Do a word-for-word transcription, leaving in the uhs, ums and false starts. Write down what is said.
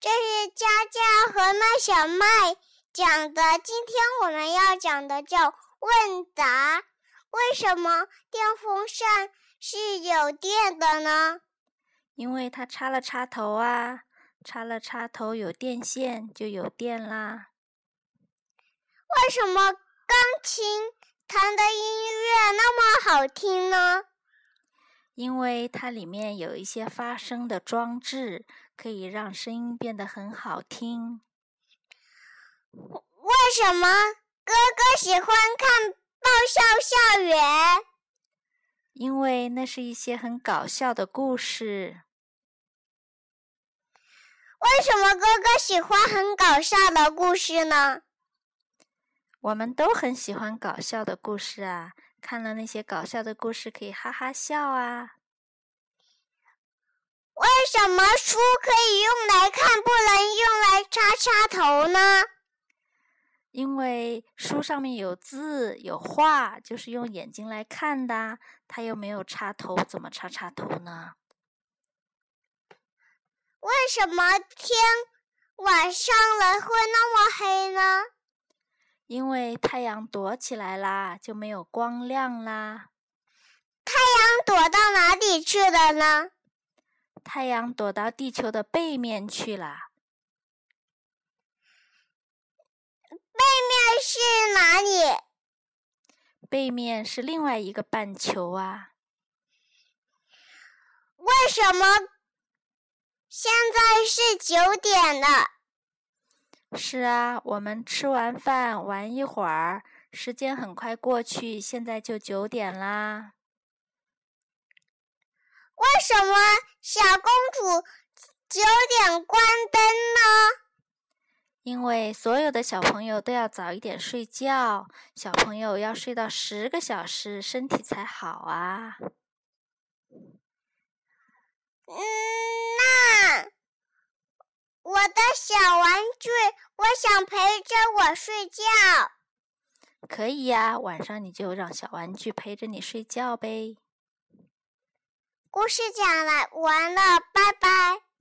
这是佳佳和麦小麦讲的。今天我们要讲的叫问答。为什么电风扇是有电的呢？ 因为它插了插头啊，插了插头有电线就有电啦。 为什么钢琴弹的音乐那么好听呢？ 因为它里面有一些发声的装置，可以让声音变得很好听。 为什么哥哥喜欢看爆笑校园？ 因为那是一些很搞笑的故事。 为什么哥哥喜欢很搞笑的故事呢？ 我们都很喜欢搞笑的故事啊，看了那些搞笑的故事可以哈哈笑啊。 为什么书可以用来看，不能用来插插头呢？ 因为书上面有字有画，就是用眼睛来看的，它又没有插头，怎么插插头呢？ 为什么天晚上了会那么黑呢？ 因为太阳躲起来啦，就没有光亮啦。 太阳躲到哪里去了呢？ 太阳躲到地球的背面去了。 背面是哪里？ 背面是另外一个半球啊。 为什么现在是九点了？ 是啊，我们吃完饭玩一会儿，时间很快过去，现在就九点啦。 为什么小公主九点关灯呢？ 因为所有的小朋友都要早一点睡觉，小朋友要睡到十个小时，身体才好啊。 嗯，那我的小玩具，我想陪着我睡觉。 可以呀，晚上你就让小玩具陪着你睡觉呗。 故事讲了，完了，拜拜。